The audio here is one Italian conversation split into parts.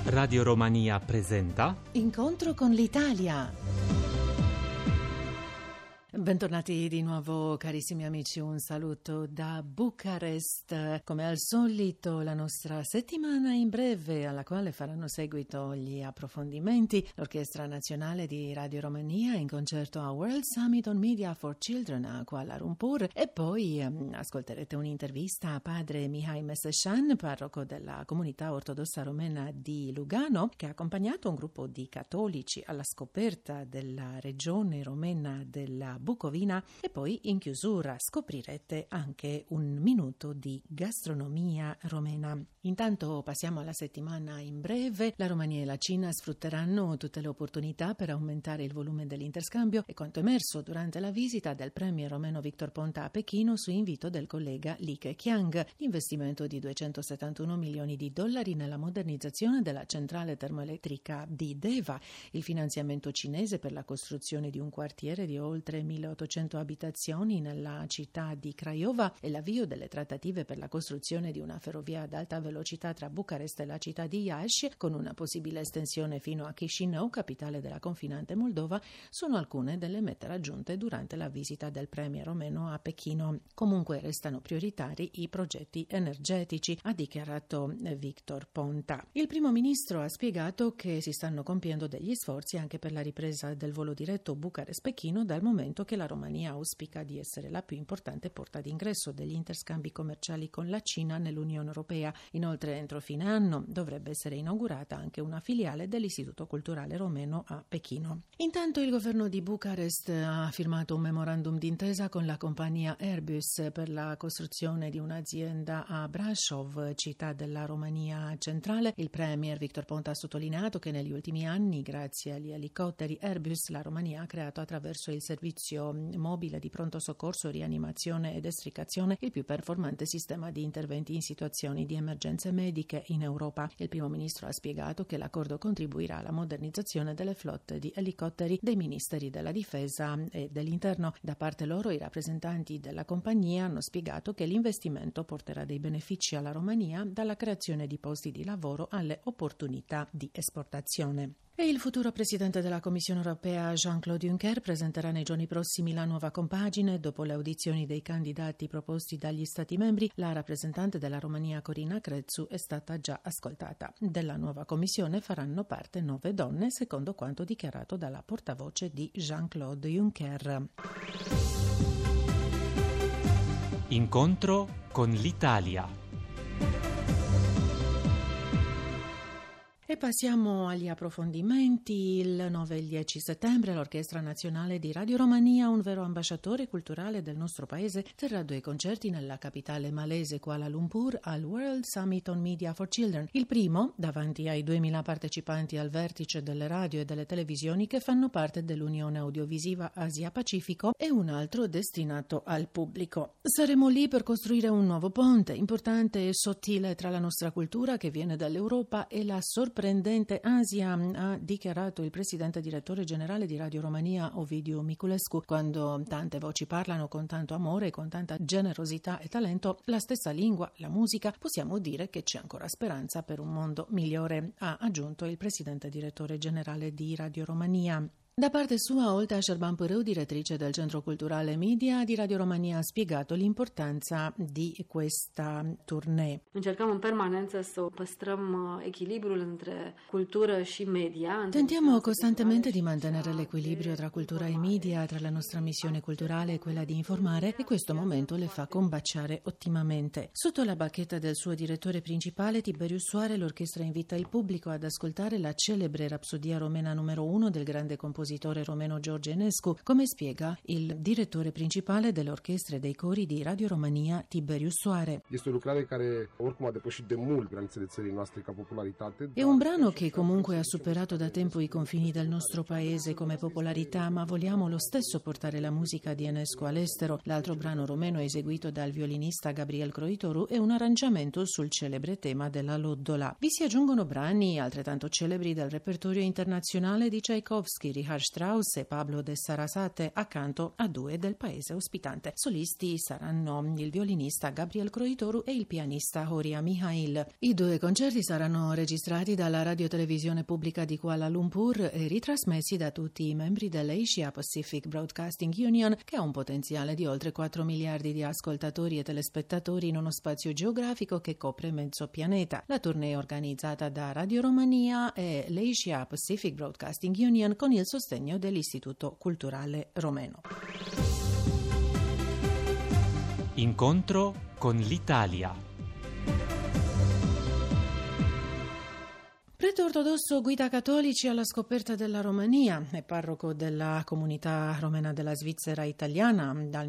Radio Romania presenta Incontro con l'Italia. Bentornati di nuovo carissimi amici, un saluto da Bucarest. Come al solito la nostra settimana in breve, alla quale faranno seguito gli approfondimenti, l'Orchestra Nazionale di Radio Romania in concerto a World Summit on Media for Children a Kuala Lumpur, e poi ascolterete un'intervista a padre Mihai Meseșan, parroco della comunità ortodossa romena di Lugano, che ha accompagnato un gruppo di cattolici alla scoperta della regione romena della Bucovina, e poi in chiusura scoprirete anche un minuto di gastronomia romena. Intanto passiamo alla settimana in breve. La Romania e la Cina sfrutteranno tutte le opportunità per aumentare il volume dell'interscambio, e quanto emerso durante la visita del premier romeno Victor Ponta a Pechino su invito del collega Li Keqiang. L'investimento di $271 milioni nella modernizzazione della centrale termoelettrica di Deva, il finanziamento cinese per la costruzione di un quartiere di oltre 1800 abitazioni nella città di Craiova e l'avvio delle trattative per la costruzione di una ferrovia ad alta velocità tra Bucarest e la città di Iași, con una possibile estensione fino a Chișinău, capitale della confinante Moldova, sono alcune delle mete raggiunte durante la visita del premier romeno a Pechino. Comunque restano prioritari i progetti energetici, ha dichiarato Victor Ponta. Il primo ministro ha spiegato che si stanno compiendo degli sforzi anche per la ripresa del volo diretto Bucarest-Pechino, dal momento che la Romania auspica di essere la più importante porta d'ingresso degli interscambi commerciali con la Cina nell'Unione Europea. Inoltre, entro fine anno dovrebbe essere inaugurata anche una filiale dell'Istituto Culturale Romeno a Pechino. Intanto il governo di Bucarest ha firmato un memorandum d'intesa con la compagnia Airbus per la costruzione di un'azienda a Brașov, città della Romania centrale. Il premier Victor Ponta ha sottolineato che negli ultimi anni, grazie agli elicotteri Airbus, la Romania ha creato attraverso il servizio mobile di pronto soccorso, rianimazione ed estricazione il più performante sistema di interventi in situazioni di emergenze mediche in Europa. Il primo ministro ha spiegato che l'accordo contribuirà alla modernizzazione delle flotte di elicotteri dei ministeri della difesa e dell'interno. Da parte loro, i rappresentanti della compagnia hanno spiegato che l'investimento porterà dei benefici alla Romania, dalla creazione di posti di lavoro alle opportunità di esportazione. E il futuro presidente della Commissione europea Jean-Claude Juncker presenterà nei giorni prossimi la nuova compagine. Dopo le audizioni dei candidati proposti dagli Stati membri, la rappresentante della Romania Corina Crețu è stata già ascoltata. Della nuova Commissione faranno parte 9 donne, secondo quanto dichiarato dalla portavoce di Jean-Claude Juncker. Incontro con l'Italia. E passiamo agli approfondimenti. Il 9 e il 10 settembre l'Orchestra Nazionale di Radio Romania, un vero ambasciatore culturale del nostro paese, terrà 2 concerti nella capitale malese Kuala Lumpur al World Summit on Media for Children. Il primo davanti ai 2000 partecipanti al vertice delle radio e delle televisioni che fanno parte dell'Unione Audiovisiva Asia-Pacifico, e un altro destinato al pubblico. Saremo lì per costruire un nuovo ponte importante e sottile tra la nostra cultura, che viene dall'Europa, e la sorprendente Asia, ha dichiarato il presidente direttore generale di Radio Romania Ovidiu Miculescu. Quando tante voci parlano con tanto amore e con tanta generosità e talento la stessa lingua, la musica, possiamo dire che c'è ancora speranza per un mondo migliore, ha aggiunto il presidente direttore generale di Radio Romania. Da parte sua, Olta Șerban-Pârâu, direttrice del Centro Culturale Media di Radio Romania, ha spiegato l'importanza di questa tournée. Încercăm în permanență să păstrăm echilibrul între cultură și media. Tentiamo costantemente di mantenere l'equilibrio tra cultura e media, tra la nostra missione culturale e quella di informare, e questo momento le fa combaciare ottimamente. Sotto la bacchetta del suo direttore principale, Tiberiu Soare, l'orchestra invita il pubblico ad ascoltare la celebre Rapsodia romena numero 1 del grande compositore romeno George Enescu, come spiega il direttore principale delle orchestre e dei cori di Radio Romania, Tiberiu Soare. Este o lucrare care oricum a depășit de mult granițele țării noastre ca popolaritate. È un brano che comunque ha superato da tempo i confini del nostro paese come popolarità, ma vogliamo lo stesso portare la musica di Enescu all'estero. L'altro brano romeno eseguito dal violinista Gabriel Croitoru è un arrangiamento sul celebre tema della loddola. Vi si aggiungono brani altrettanto celebri del repertorio internazionale di Tchaikovsky, Richard Richard Strauss e Pablo de Sarasate accanto a due del paese ospitante. Solisti saranno il violinista Gabriel Croitoru e il pianista Horia Mihail. I due concerti saranno registrati dalla radiotelevisione pubblica di Kuala Lumpur e ritrasmessi da tutti i membri dell'Asia Pacific Broadcasting Union, che ha un potenziale di oltre 4 miliardi di ascoltatori e telespettatori in uno spazio geografico che copre mezzo pianeta. La tournée è organizzata da Radio Romania e l'Asia Pacific Broadcasting Union con il sostegno dell'Istituto Culturale Romeno. Incontro con l'Italia. Prete ortodosso guida cattolici alla scoperta della Romania, è parroco della comunità romena della Svizzera italiana dal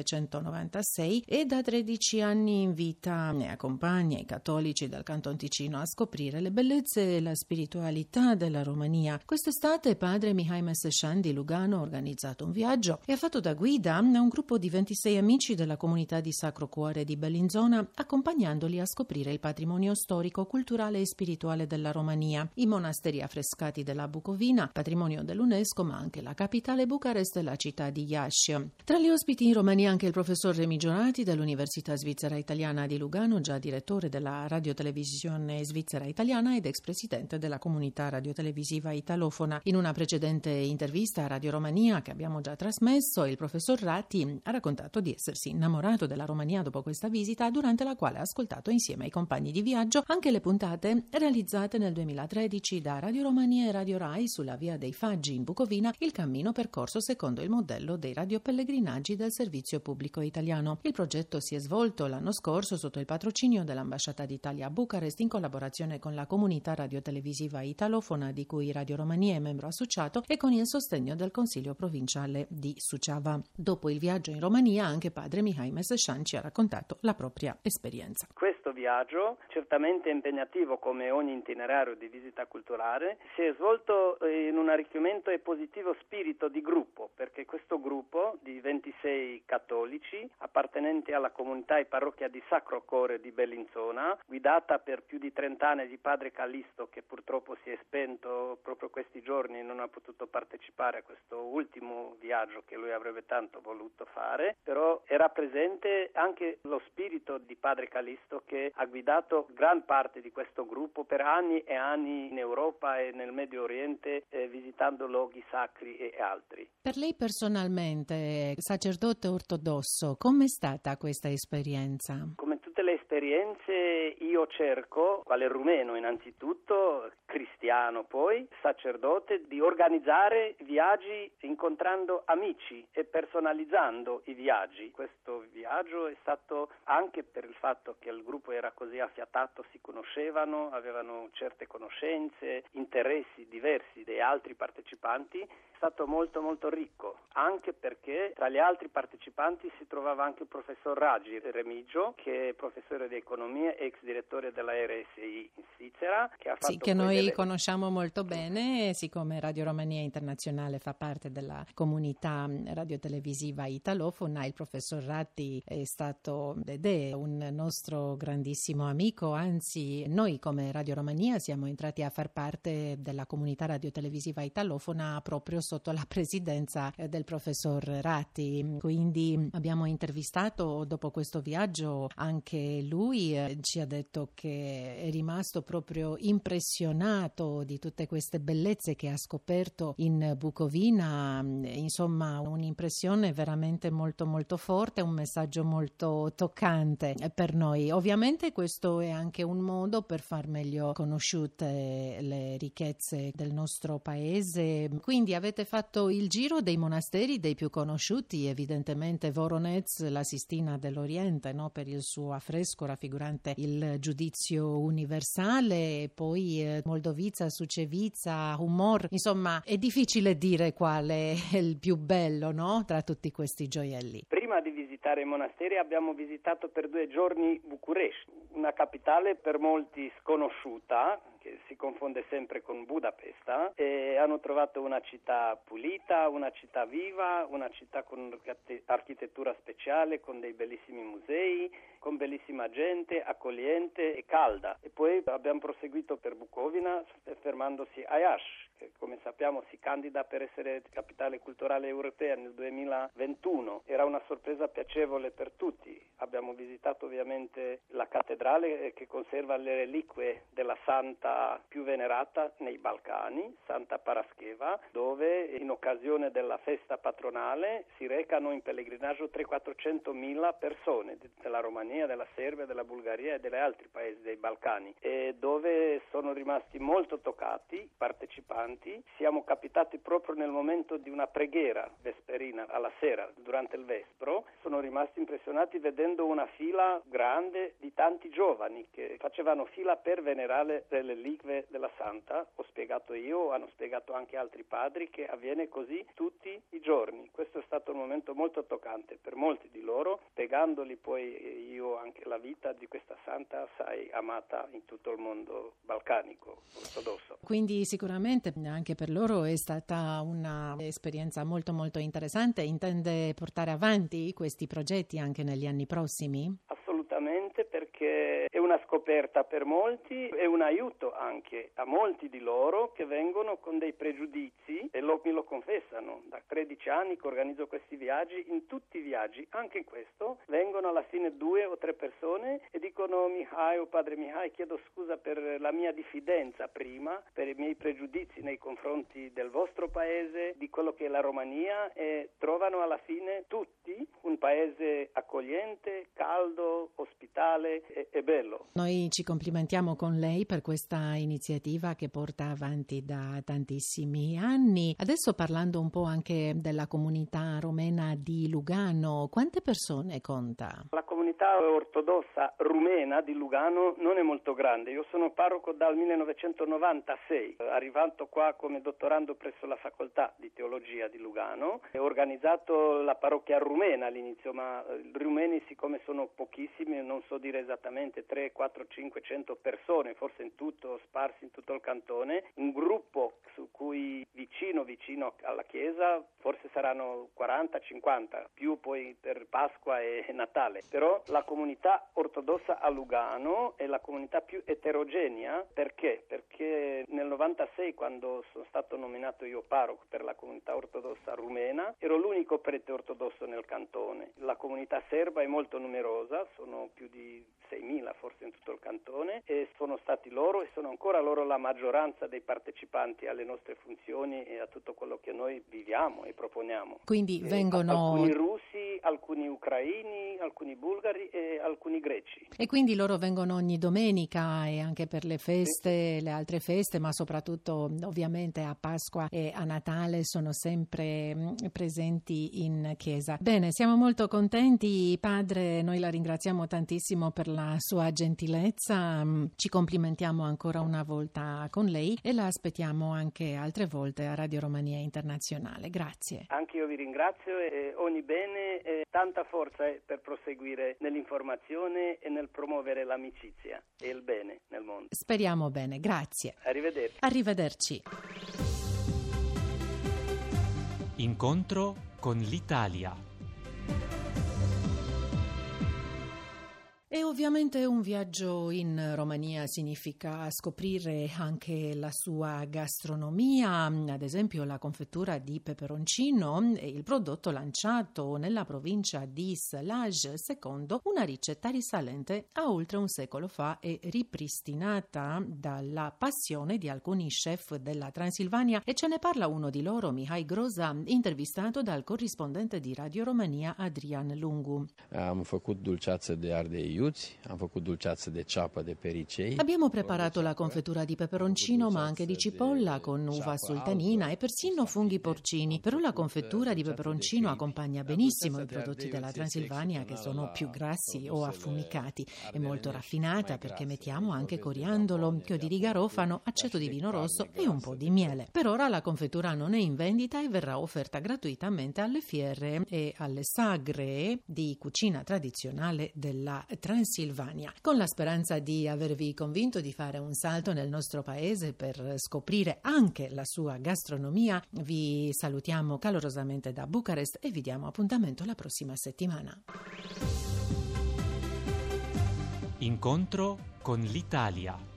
1996 e da 13 anni invita e accompagna i cattolici del Canton Ticino a scoprire le bellezze e la spiritualità della Romania. Quest'estate padre Mihai Meseshan di Lugano ha organizzato un viaggio e ha fatto da guida a un gruppo di 26 amici della comunità di Sacro Cuore di Bellinzona, accompagnandoli a scoprire il patrimonio storico, culturale e spirituale della Romania. I monasteri affrescati della Bucovina, patrimonio dell'UNESCO, ma anche la capitale Bucarest e la città di Iași. Tra gli ospiti in Romania anche il professor Remigio Rati dell'Università Svizzera Italiana di Lugano, già direttore della radiotelevisione svizzera italiana ed ex presidente della comunità radiotelevisiva italofona. In una precedente intervista a Radio Romania che abbiamo già trasmesso, il professor Rati ha raccontato di essersi innamorato della Romania dopo questa visita, durante la quale ha ascoltato insieme ai compagni di viaggio anche le puntate realizzate nel 2013 da Radio Romania e Radio Rai sulla via dei Faggi in Bucovina, il cammino percorso secondo il modello dei radiopellegrinaggi del servizio pubblico italiano. Il progetto si è svolto l'anno scorso sotto il patrocinio dell'Ambasciata d'Italia a Bucarest in collaborazione con la comunità radiotelevisiva italofona di cui Radio Romania è membro associato e con il sostegno del Consiglio provinciale di Suceava. Dopo il viaggio in Romania anche padre Mihai Meseshan ci ha raccontato la propria esperienza. Questo viaggio, certamente impegnativo come ogni itinerario di visita culturale, si è svolto in un arricchimento e positivo spirito di gruppo, perché questo gruppo di 26 cattolici appartenenti alla comunità e parrocchia di Sacro Cuore di Bellinzona, guidata per più di 30 anni di padre Callisto, che purtroppo si è spento proprio questi giorni e non ha potuto partecipare a questo ultimo viaggio che lui avrebbe tanto voluto fare, però era presente anche lo spirito di padre Callisto che ha guidato gran parte di questo gruppo per anni e anni in Europa e nel Medio Oriente, visitando luoghi sacri e altri. Per lei personalmente, sacerdote ortodosso, com'è stata questa esperienza? Come tutte le esperienze, io cerco, quale rumeno innanzitutto, cristiano poi, sacerdote, di organizzare viaggi incontrando amici e personalizzando i viaggi. Questo viaggio è stato anche per il fatto che il gruppo era così affiatato, si conoscevano, avevano certe conoscenze, interessi diversi dei altri partecipanti, è stato molto molto ricco, anche perché tra gli altri partecipanti si trovava anche il professor Ragi Remigio, che è professore di economia e ex direttore della RSI in Svizzera, che ha fatto sì, che noi conosciamo molto bene, siccome Radio Romania Internazionale fa parte della comunità radiotelevisiva italofona. Il professor Ratti è stato ed è un nostro grandissimo amico, anzi noi come Radio Romania siamo entrati a far parte della comunità radiotelevisiva italofona proprio sotto la presidenza del professor Ratti, quindi abbiamo intervistato dopo questo viaggio anche lui, ci ha detto che è rimasto proprio impressionato di tutte queste bellezze che ha scoperto in Bucovina, insomma un'impressione veramente molto molto forte, un messaggio molto toccante per noi. Ovviamente questo è anche un modo per far meglio conosciute le ricchezze del nostro paese, quindi avete fatto il giro dei monasteri dei più conosciuti, evidentemente Voronezh, la Sistina dell'Oriente, no? Per il suo affresco raffigurante il giudizio universale, e poi Moldovica, Sucevica, Humor, insomma è difficile dire quale è il più bello, no? Tra tutti questi gioielli. Prima di visitare i monasteri abbiamo visitato per 2 giorni București, una capitale per molti sconosciuta, che si confonde sempre con Budapest, e hanno trovato una città pulita, una città viva, una città con architettura speciale, con dei bellissimi musei, con bellissima gente, accogliente e calda. E poi abbiamo proseguito per Bucovina, fermandosi a Iași, che come sappiamo si candida per essere capitale culturale europea nel 2021. Era una sorpresa piacevole per tutti. Abbiamo visitato ovviamente la cattedrale che conserva le reliquie della santa più venerata nei Balcani, Santa Parascheva, dove in occasione della festa patronale si recano in pellegrinaggio 300-400 mila persone della Romania, della Serbia, della Bulgaria e degli altri paesi dei Balcani, e dove sono rimasti molto toccati partecipanti. Siamo capitati proprio nel momento di una preghiera vesperina alla sera durante il vespro. Sono rimasti impressionati vedendo una fila grande di tanti giovani che facevano fila per venerare le reliquie della santa. Ho spiegato io, hanno spiegato anche altri padri, che avviene così tutti i giorni. Questo è stato un momento molto toccante per molti di loro, spiegandoli poi io anche la vita di questa santa assai amata in tutto il mondo balcanico ortodosso. Quindi sicuramente anche per loro è stata una esperienza molto molto interessante. Intende portare avanti questi progetti anche negli anni prossimi? Assolutamente, perché è una scoperta per molti, è un aiuto anche a molti di loro che vengono con dei pregiudizi e mi lo confessano. Da 13 anni che organizzo questi viaggi, in tutti i viaggi, anche in questo, vengono alla fine 2 o 3 persone e dicono: Mihai, padre Mihai, chiedo scusa per la mia diffidenza prima, per i miei pregiudizi nei confronti del vostro paese, di quello che è la Romania, e trovano alla fine tutti un paese accogliente, caldo, ospitale e bello. Noi ci complimentiamo con lei per questa iniziativa che porta avanti da tantissimi anni. Adesso, parlando un po' anche della comunità romena di Lugano, quante persone conta? La comunità ortodossa rumena di Lugano non è molto grande. Io sono parroco dal 1996, arrivato qua come dottorando presso la facoltà di teologia di Lugano. Ho organizzato la parrocchia rumena all'inizio, ma i rumeni, siccome sono pochissimi, non so dire esattamente, 3, 4, 500 persone, forse in tutto, sparsi in tutto il cantone, un gruppo su cui vicino alla chiesa forse saranno 40, 50, più poi per Pasqua e Natale. Però la comunità ortodossa a Lugano è la comunità più eterogenea. Perché? Perché nel 96, quando sono stato nominato io parroco per la comunità ortodossa rumena, ero l'unico prete ortodosso nel cantone. La comunità serba è molto numerosa, sono più di 6.000 forse in tutto il cantone, e sono stati loro e sono ancora loro la maggioranza dei partecipanti alle nostre funzioni e a tutto quello che noi viviamo e proponiamo. Quindi vengono alcuni russi, alcuni ucraini, alcuni bulgari e alcuni greci. E quindi loro vengono ogni domenica e anche per le feste, le altre feste, ma soprattutto ovviamente a Pasqua e a Natale sono sempre presenti in chiesa. Bene, siamo molto contenti, padre, noi la ringraziamo tantissimo per la sua gentilezza, ci complimentiamo ancora una volta con lei e la aspettiamo anche altre volte a Radio Romania Internazionale. Grazie. Anche io vi ringrazio e ogni bene e tanta forza per proseguire nell'informazione e nel promuovere l'amicizia e il bene nel mondo. Speriamo bene, grazie. Arrivederci. Arrivederci. Incontro con l'Italia. E ovviamente un viaggio in Romania significa scoprire anche la sua gastronomia, ad esempio la confettura di peperoncino è il prodotto lanciato nella provincia di Sălaj, secondo una ricetta risalente a oltre un secolo fa e ripristinata dalla passione di alcuni chef della Transilvania, e ce ne parla uno di loro, Mihai Groza, intervistato dal corrispondente di Radio Romania Adrian Lungu. Am făcut dulceață de ardei iuți, am făcut dulceață de ceapă de pericei. Abbiamo preparato la confettura di peperoncino, ma anche di cipolla con uva sultanina e persino funghi porcini. Però la confettura di peperoncino accompagna benissimo i prodotti della Transilvania, che sono più grassi o affumicati. È molto raffinata perché mettiamo anche coriandolo, chiodo di garofano, aceto di vino rosso e un po' di miele. Per ora la confettura non è in vendita e verrà offerta gratuitamente alle fiere e alle sagre di cucina tradizionale della Transilvania. Con la speranza di avervi convinto di fare un salto nel nostro paese per scoprire anche la sua gastronomia, vi salutiamo calorosamente da Bucarest e vi diamo appuntamento la prossima settimana. Incontro con l'Italia.